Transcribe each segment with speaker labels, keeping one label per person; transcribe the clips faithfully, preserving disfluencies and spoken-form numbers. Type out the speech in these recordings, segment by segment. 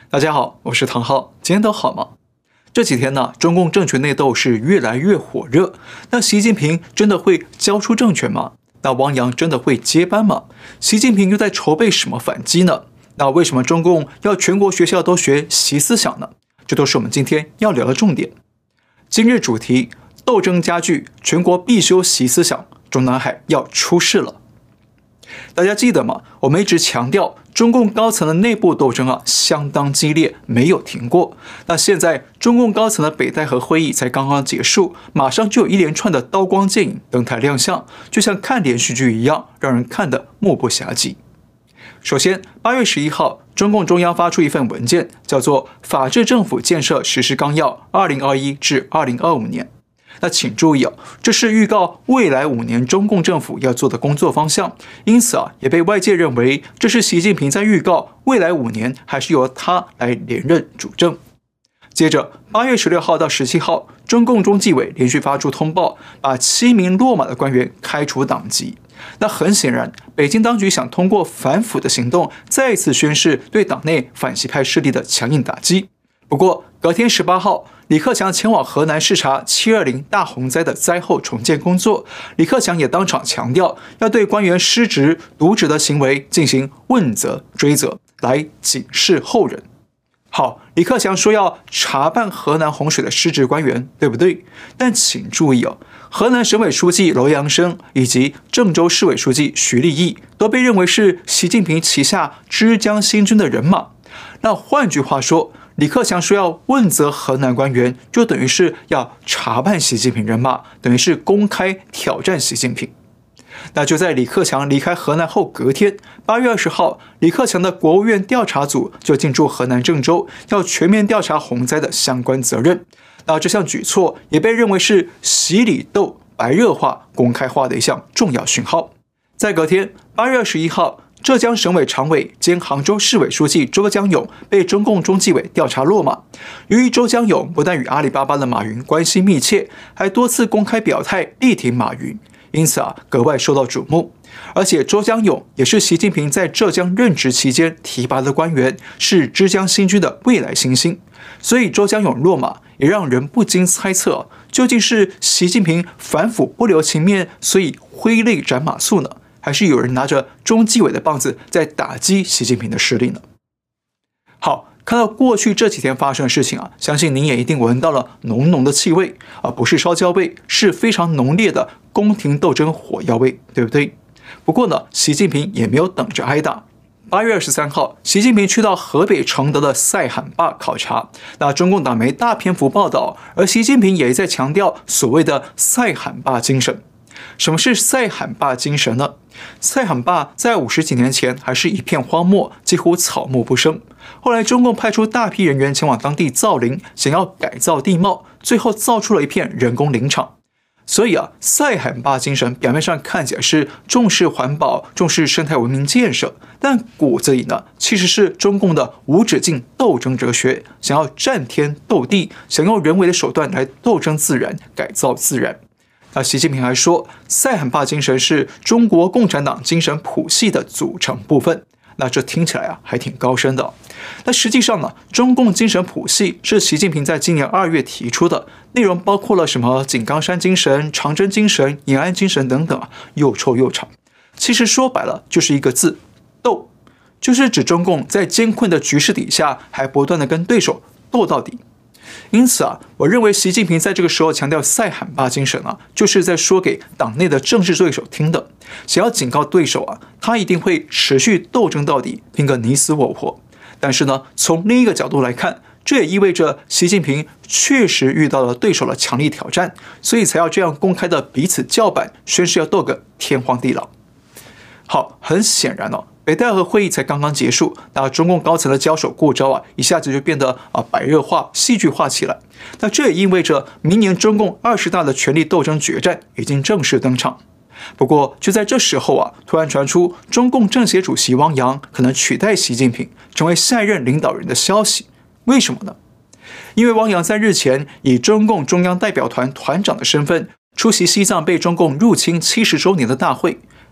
Speaker 1: 大家好，我是唐浩，今天都好吗？这几天呢，中共政权内斗是越来越火热。那习近平真的会交出政权吗？那汪洋真的会接班吗？习近平又在筹备什么反击呢？那为什么中共要全国学校都学习思想呢？这都是我们今天要聊的重点。今日主题：斗争加剧，全国必修习思想，中南海要出事了。大家记得吗？我们一直强调，中共高层的内部斗争啊，相当激烈，没有停过。那现在中共高层的北戴河会议才刚刚结束，马上就有一连串的刀光剑影登台亮相，就像看连续剧一样，让人看得目不暇接。首先，八月十一号，中共中央发出一份文件，叫做《法治政府建设实施纲要（二零二一至二零二五年）》。那请注意哦，这是预告未来五年中共政府要做的工作方向，因此啊，也被外界认为这是习近平在预告未来五年还是由他来连任主政。接着，八月十六号到十七号，中共中纪委连续发出通报，把七名落马的官员开除党籍。那很显然，北京当局想通过反腐的行动，再次宣示对党内反习派势力的强硬打击。不过，隔天十八号，李克强前往河南视察七二零大洪灾的灾后重建工作。李克强也当场强调，要对官员失职、渎职的行为进行问责追责，来警示后人。好，李克强说要查办河南洪水的失职官员，对不对？但请注意哦，河南省委书记楼阳生以及郑州市委书记徐立毅都被认为是习近平旗下枝江新军的人马。那换句话说，李克强说要问责河南官员，就等于是要查办习近平人马，等于是公开挑战习近平。那就在李克强离开河南后隔天，八月二十号，李克强的国务院调查组就进驻河南郑州，要全面调查洪灾的相关责任。那这项举措也被认为是习李斗白热化、公开化的一项重要讯号。在隔天，八月二十一号，浙江省委常委兼杭州市委书记周江勇被中共中纪委调查落马。由于周江勇不但与阿里巴巴的马云关系密切，还多次公开表态力挺马云，因此啊格外受到瞩目。而且周江勇也是习近平在浙江任职期间提拔的官员，是枝江新军的未来新星。所以周江勇落马，也让人不禁猜测，究竟是习近平反腐不留情面，所以挥泪斩马谡呢？还是有人拿着中纪委的棒子在打击习近平的势力呢？好，看到过去这几天发生的事情啊，相信您也一定闻到了浓浓的气味，而不是烧焦味，是非常浓烈的宫廷斗争火药味，对不对？不过呢，习近平也没有等着挨打。八月二十三号，习近平去到河北承德的赛罕坝考察，那中共党媒大篇幅报道，而习近平也在强调所谓的赛罕坝精神。什么是赛罕坝精神呢？赛罕坝在五十几年前还是一片荒漠，几乎草木不生。后来中共派出大批人员前往当地造林，想要改造地貌，最后造出了一片人工林场。所以啊，赛罕坝精神表面上看起来是重视环保、重视生态文明建设，但骨子里呢，其实是中共的无止境斗争哲学，想要战天斗地，想用人为的手段来斗争自然、改造自然。那习近平还说，赛罕坝精神是中国共产党精神谱系的组成部分。那这听起来啊，还挺高深的。那实际上呢，中共精神谱系是习近平在今年二月提出的，内容包括了什么井冈山精神、长征精神、延安精神等等啊，又臭又长。其实说白了就是一个字：斗，就是指中共在艰困的局势底下，还不断的跟对手斗到底。因此啊，我认为习近平在这个时候强调赛罕坝精神啊，就是在说给党内的政治对手听的，想要警告对手啊，他一定会持续斗争到底，拼个你死我活。但是呢，从另一个角度来看，这也意味着习近平确实遇到了对手的强力挑战，所以才要这样公开的彼此叫板，宣誓要斗个天荒地老。好，很显然哦，北戴河会议才刚刚结束，那中共高层的交手过招啊，一下子就变得啊白热化、戏剧化起来。那这也意味着明年中共二十大的权力斗争决战已经正式登场。不过就在这时候啊，突然传出中共政协主席汪洋可能取代习近平成为下一任领导人的消息。为什么呢？因为汪洋在日前以中共中央代表团团长的身份出席西藏被中共入侵七十周年的大会。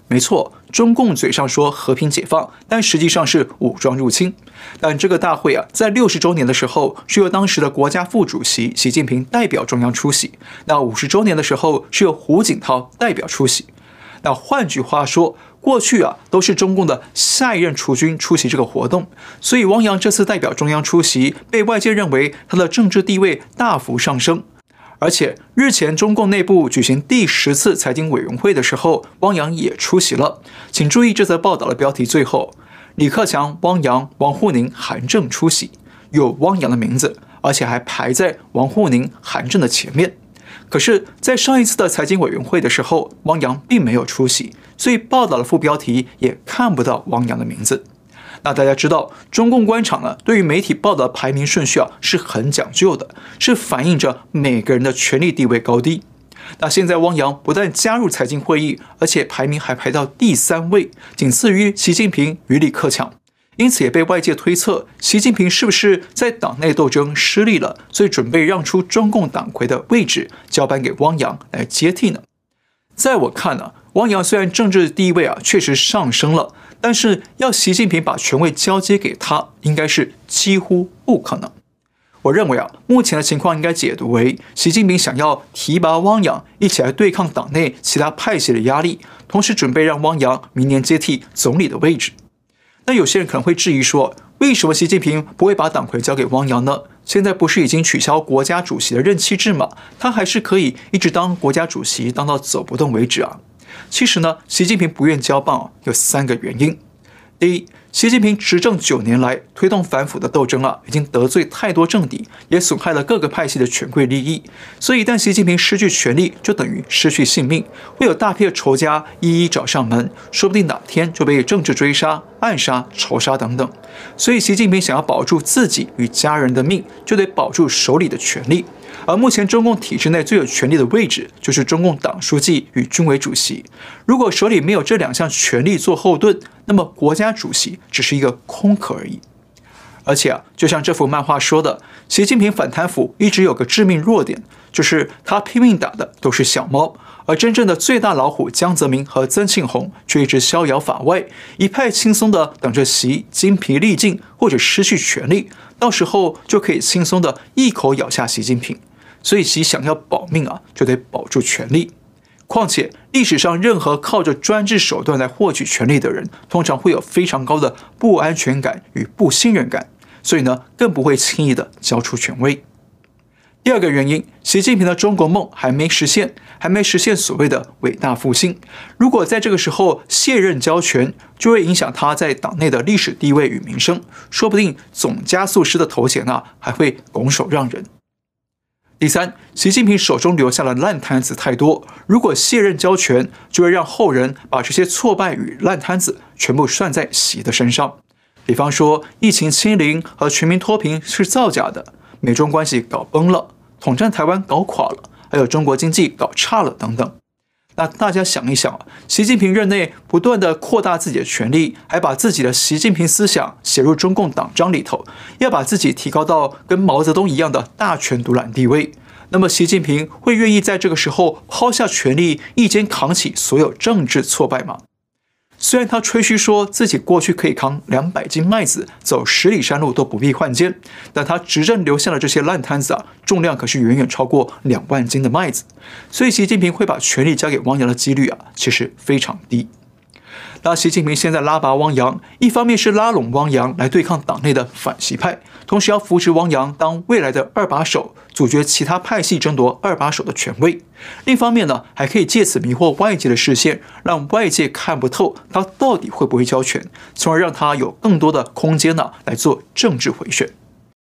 Speaker 1: 没错，中共嘴上说和平解放，但实际上是武装入侵。但这个大会啊，在六十周年的时候是由当时的国家副主席习近平代表中央出席，那五十周年的时候是由胡锦涛代表出席。那换句话说，过去啊都是中共的下一任储君出席这个活动，所以汪洋这次代表中央出席，被外界认为他的政治地位大幅上升。而且日前中共内部举行第十次财经委员会的时候，汪洋也出席了。请注意这则报道的标题，最后李克强、汪洋、王沪宁、韩正出席，有汪洋的名字，而且还排在王沪宁、韩正的前面。可是，在上一次的财经委员会的时候，汪洋并没有出席，所以报道的副标题也看不到汪洋的名字。那大家知道，中共官场呢，对于媒体报道的排名顺序啊是很讲究的，是反映着每个人的权力地位高低。那现在汪洋不但加入财经会议，而且排名还排到第三位，仅次于习近平与李克强。因此也被外界推测，习近平是不是在党内斗争失利了，所以准备让出中共党魁的位置，交班给汪洋来接替呢？在我看呢、啊，汪洋虽然政治地位啊确实上升了，但是要习近平把权位交接给他，应该是几乎不可能。我认为啊，目前的情况应该解读为习近平想要提拔汪洋，一起来对抗党内其他派系的压力，同时准备让汪洋明年接替总理的位置。那有些人可能会质疑说，为什么习近平不会把党魁交给汪洋呢？现在不是已经取消国家主席的任期制吗？他还是可以一直当国家主席，当到走不动为止啊。其实呢，习近平不愿交棒有三个原因。第一，习近平执政九年来推动反腐的斗争啊，已经得罪太多政敌，也损害了各个派系的权贵利益。所以一旦习近平失去权力，就等于失去性命，会有大批的仇家一一找上门，说不定哪天就被政治追杀、暗杀、仇杀等等。所以习近平想要保住自己与家人的命，就得保住手里的权力。而目前中共体制内最有权力的位置，就是中共党书记与军委主席。如果手里没有这两项权力做后盾，那么国家主席只是一个空壳而已。而且啊，就像这幅漫画说的，习近平反贪腐一直有个致命弱点，就是他拼命打的都是小猫，而真正的最大老虎江泽民和曾庆红却一直逍遥法外，一派轻松的等着习精疲力尽或者失去权力，到时候就可以轻松的一口咬下习近平。所以习想要保命啊，就得保住权力。况且历史上任何靠着专制手段来获取权力的人，通常会有非常高的不安全感与不信任感，所以呢，更不会轻易的交出权威。第二个原因，习近平的中国梦还没实现，还没实现所谓的伟大复兴。如果在这个时候卸任交权，就会影响他在党内的历史地位与名声，说不定总加速师的头衔啊，还会拱手让人。第三，习近平手中留下的烂摊子太多，如果卸任交权，就会让后人把这些挫败与烂摊子全部算在习的身上。比方说，疫情清零和全民脱贫是造假的，美中关系搞崩了，统战台湾搞垮了，还有中国经济搞差了等等。那大家想一想，习近平任内不断的扩大自己的权力，还把自己的习近平思想写入中共党章里头，要把自己提高到跟毛泽东一样的大权独揽地位。那么习近平会愿意在这个时候抛下权力，一肩扛起所有政治挫败吗？虽然他吹嘘说自己过去可以扛两百斤麦子，走十里山路都不必换肩，但他执政留下的这些烂摊子啊，重量可是远远超过两万斤的麦子，所以习近平会把权力交给汪洋的几率啊，其实非常低。那习近平现在拉拔汪洋，一方面是拉拢汪洋来对抗党内的反习派，同时要扶持汪洋当未来的二把手，阻绝其他派系争夺二把手的权位。另一方面呢，还可以借此迷惑外界的视线，让外界看不透他到底会不会交权，从而让他有更多的空间呢来做政治回旋。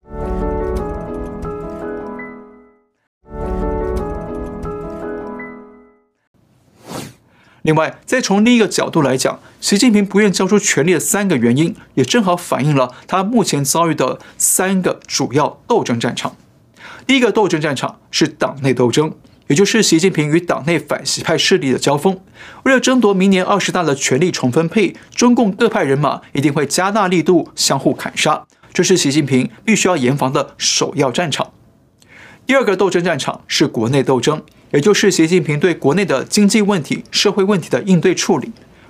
Speaker 1: 另外，再从另一个角度来讲，习近平不愿交出权力的三个原因，也正好反映了他目前遭遇的三个主要斗争战场。第一个斗争战场是党内斗争，也就是习近平与党内反习派势力的交锋。为了争夺明年二十大的权力重分配，中共各派人马一定会加大力度相互砍杀，这是习近平必须要严防的首要战场。第二个斗争战场是国内斗争，也就是习近平对国内的经济问题、社会问题的应对处理。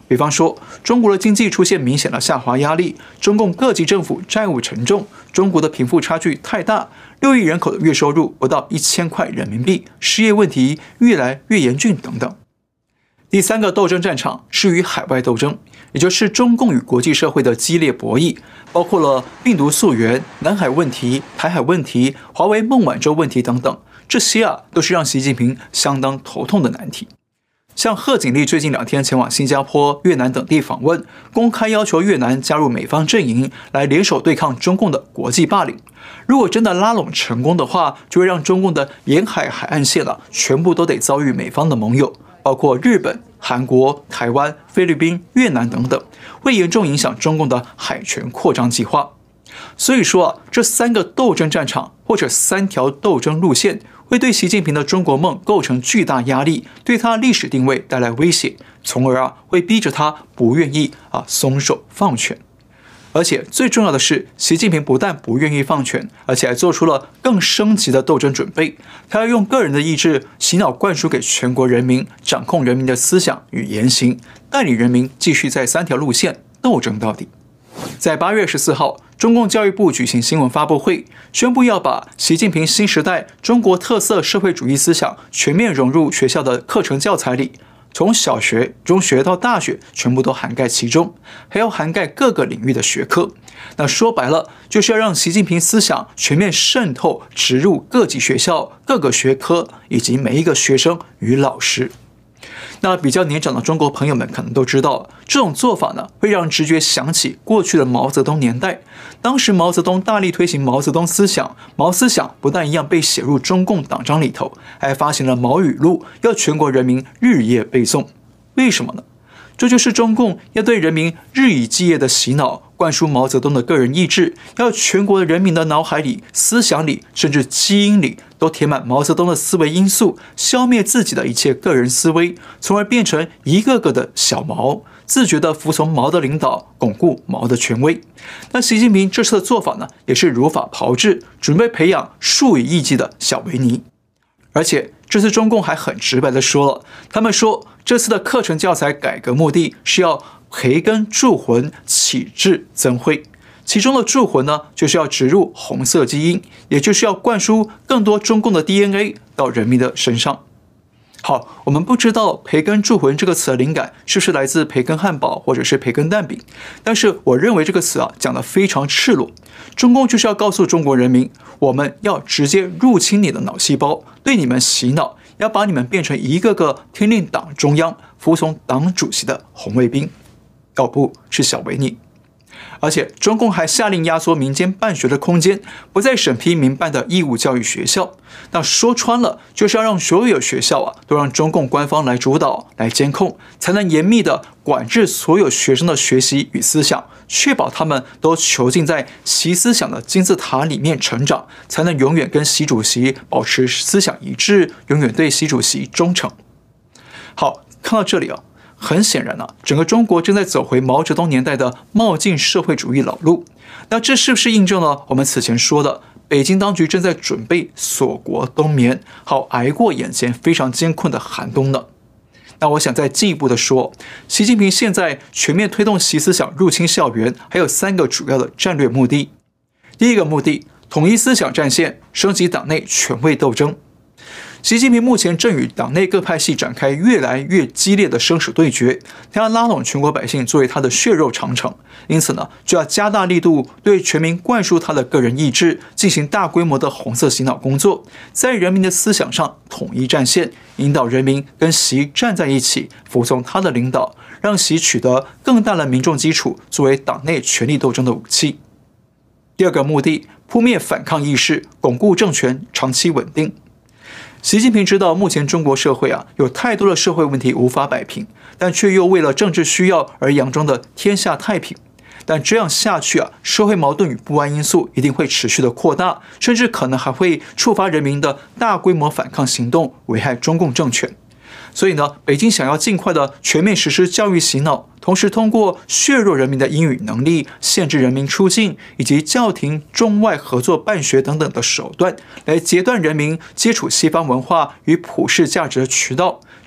Speaker 1: 比方说，中国的经济出现明显的下滑压力，中共各级政府债务沉重，中国的贫富差距太大，六亿人口的月收入不到一千块人民币，失业问题越来越严峻等等。第三个斗争战场是与海外斗争，也就是中共与国际社会的激烈博弈，包括了病毒溯源、南海问题、台海问题、华为孟晚舟问题等等，这些啊都是让习近平相当头痛的难题。像贺锦丽最近两天前往新加坡、越南等地访问，公开要求越南加入美方阵营，来联手对抗中共的国际霸凌。如果真的拉拢成功的话，就会让中共的沿海海岸线啊，全部都得遭遇美方的盟友，包括日本、韩国、台湾、菲律宾、越南等等，会严重影响中共的海权扩张计划。所以说啊，这三个斗争战场或者三条斗争路线，会对习近平的中国梦构成巨大压力，对他历史定位带来威胁，从而啊会逼着他不愿意啊松手放权。而且最重要的是，习近平不但不愿意放权，而且还做出了更升级的斗争准备。他要用个人的意志洗脑灌输给全国人民，掌控人民的思想与言行，带领人民继续在三条路线斗争到底。在八月十四号，中共教育部举行新闻发布会，宣布要把习近平新时代中国特色社会主义思想全面融入学校的课程教材里，从小学、中学到大学，全部都涵盖其中，还要涵盖各个领域的学科。那说白了，就是要让习近平思想全面渗透、植入各级学校、各个学科以及每一个学生与老师。那比较年长的中国朋友们可能都知道，这种做法呢，会让人直觉想起过去的毛泽东年代。当时毛泽东大力推行毛泽东思想，毛思想不但一样被写入中共党章里头，还发行了毛语录，要全国人民日夜背诵。为什么呢？这就是中共要对人民日以继夜的洗脑，灌输毛泽东的个人意志，要全国人民的脑海里、思想里，甚至基因里都填满毛泽东的思维因素，消灭自己的一切个人思维，从而变成一个个的小毛，自觉地服从毛的领导，巩固毛的权威。那习近平这次的做法呢，也是如法炮制，准备培养数以亿计的小维尼。而且这次中共还很直白地说了，他们说这次的课程教材改革目的是要培根铸魂，启智增慧。其中的铸魂呢，就是要植入红色基因，也就是要灌输更多中共的 D N A 到人民的身上。好，我们不知道培根铸魂这个词的灵感是不是来自培根汉堡或者是培根蛋饼，但是我认为这个词啊讲得非常赤裸。中共就是要告诉中国人民，我们要直接入侵你的脑细胞，对你们洗脑，要把你们变成一个个听令党中央、服从党主席的红卫兵，哦不是小维尼。而且中共还下令压缩民间办学的空间，不再审批民办的义务教育学校。那说穿了，就是要让所有学校啊，都让中共官方来主导、来监控，才能严密的管制所有学生的学习与思想，确保他们都囚禁在习思想的金字塔里面成长，才能永远跟习主席保持思想一致，永远对习主席忠诚。好，看到这里啊。很显然啊，整个中国正在走回毛泽东年代的冒进社会主义老路。那这是不是印证了我们此前说的，北京当局正在准备锁国冬眠，好挨过眼前非常艰困的寒冬呢？那我想再进一步的说，习近平现在全面推动习思想入侵校园，还有三个主要的战略目的。第一个目的，统一思想战线，升级党内权威斗争。习近平目前正与党内各派系展开越来越激烈的生死对决，他要拉拢全国百姓作为他的血肉长城，因此呢，就要加大力度对全民灌输他的个人意志，进行大规模的红色洗脑工作，在人民的思想上统一战线，引导人民跟习站在一起，服从他的领导，让习取得更大的民众基础，作为党内权力斗争的武器。第二个目的，扑灭反抗意识，巩固政权长期稳定。习近平知道目前中国社会啊有太多的社会问题无法摆平，但却又为了政治需要而佯装的天下太平。但这样下去啊，社会矛盾与不安因素一定会持续的扩大，甚至可能还会触发人民的大规模反抗行动，危害中共政权。所以呢，北京想要尽快的全面实施教育洗脑，同时通过削弱人民的英语能力、限制人民出境，以及叫停中外合作办学等等的手段，来截断人民接触西方文化与普世价值的渠道，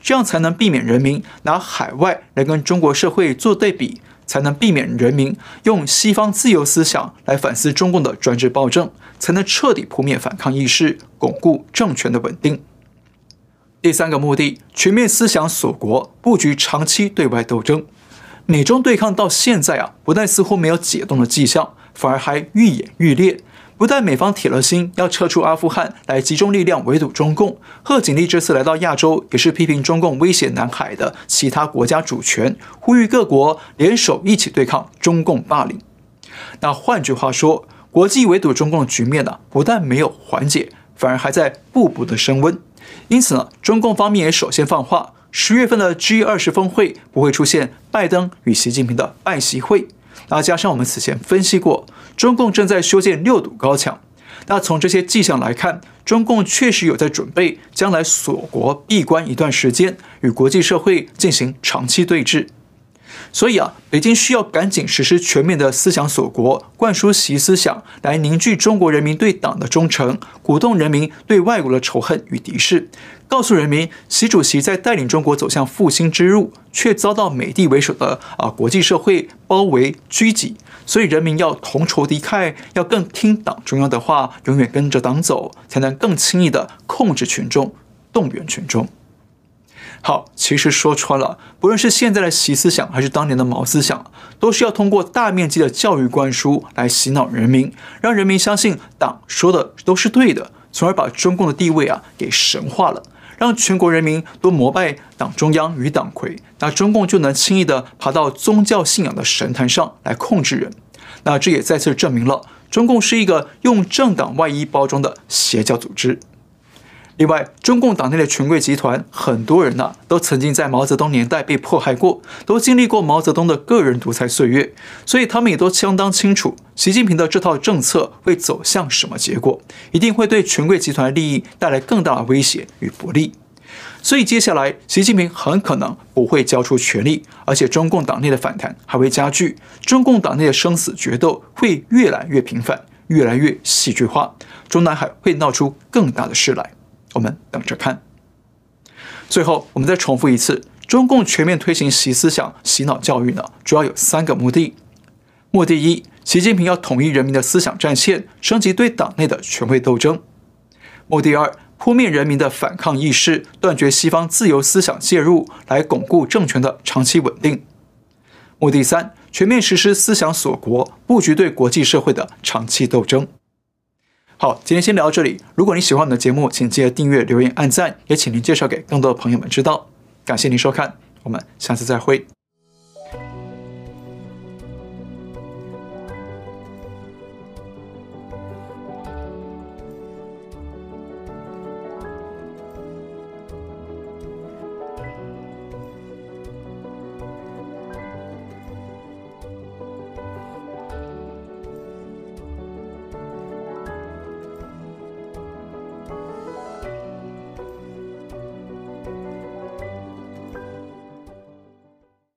Speaker 1: 这样才能避免人民拿海外来跟中国社会做对比，才能避免人民用西方自由思想来反思中共的专制暴政，才能彻底扑灭反抗意识，巩固政权的稳定。第三个目的，全面思想锁国，布局长期对外斗争。美中对抗到现在啊，不但似乎没有解冻的迹象，反而还愈演愈烈。不但美方铁了心要撤出阿富汗来集中力量围堵中共，贺锦丽这次来到亚洲也是批评中共威胁南海的其他国家主权，呼吁各国联手一起对抗中共霸凌。那换句话说，国际围堵中共的局面呢、啊，不但没有缓解，反而还在步步的升温。因此呢，中共方面也首先放话，十月份的 G 二十 峰会不会出现拜登与习近平的拜习会。那加上我们此前分析过，中共正在修建六堵高墙。那从这些迹象来看，中共确实有在准备将来锁国闭关一段时间，与国际社会进行长期对峙。所以啊，北京需要赶紧实施全面的思想锁国，灌输习思想，来凝聚中国人民对党的忠诚，鼓动人民对外国的仇恨与敌视，告诉人民，习主席在带领中国走向复兴之路，却遭到美帝为首的啊国际社会包围狙击，所以人民要同仇敌忾，要更听党中央的话，永远跟着党走，才能更轻易的控制群众，动员群众。好，其实说穿了，不论是现在的习思想还是当年的毛思想，都是要通过大面积的教育灌输来洗脑人民，让人民相信党说的都是对的，从而把中共的地位啊给神化了，让全国人民都膜拜党中央与党魁，那中共就能轻易的爬到宗教信仰的神坛上来控制人。那这也再次证明了中共是一个用政党外衣包装的邪教组织。另外，中共党内的权贵集团，很多人啊都曾经在毛泽东年代被迫害过，都经历过毛泽东的个人独裁岁月，所以他们也都相当清楚，习近平的这套政策会走向什么结果，一定会对权贵集团的利益带来更大的威胁与不利。所以接下来，习近平很可能不会交出权力，而且中共党内的反弹还会加剧，中共党内的生死决斗会越来越频繁，越来越戏剧化，中南海会闹出更大的事来。我们等着看。最后，我们再重复一次，中共全面推行习思想、洗脑教育呢，主要有三个目的。目的一，习近平要统一人民的思想战线，升级对党内的权威斗争。目的二，扑灭人民的反抗意识，断绝西方自由思想介入，来巩固政权的长期稳定。目的三，全面实施思想锁国，布局对国际社会的长期斗争。好，今天先聊到这里。如果你喜欢我们的节目，请记得订阅、留言、按赞，也请您介绍给更多的朋友们知道。感谢您收看，我们下次再会。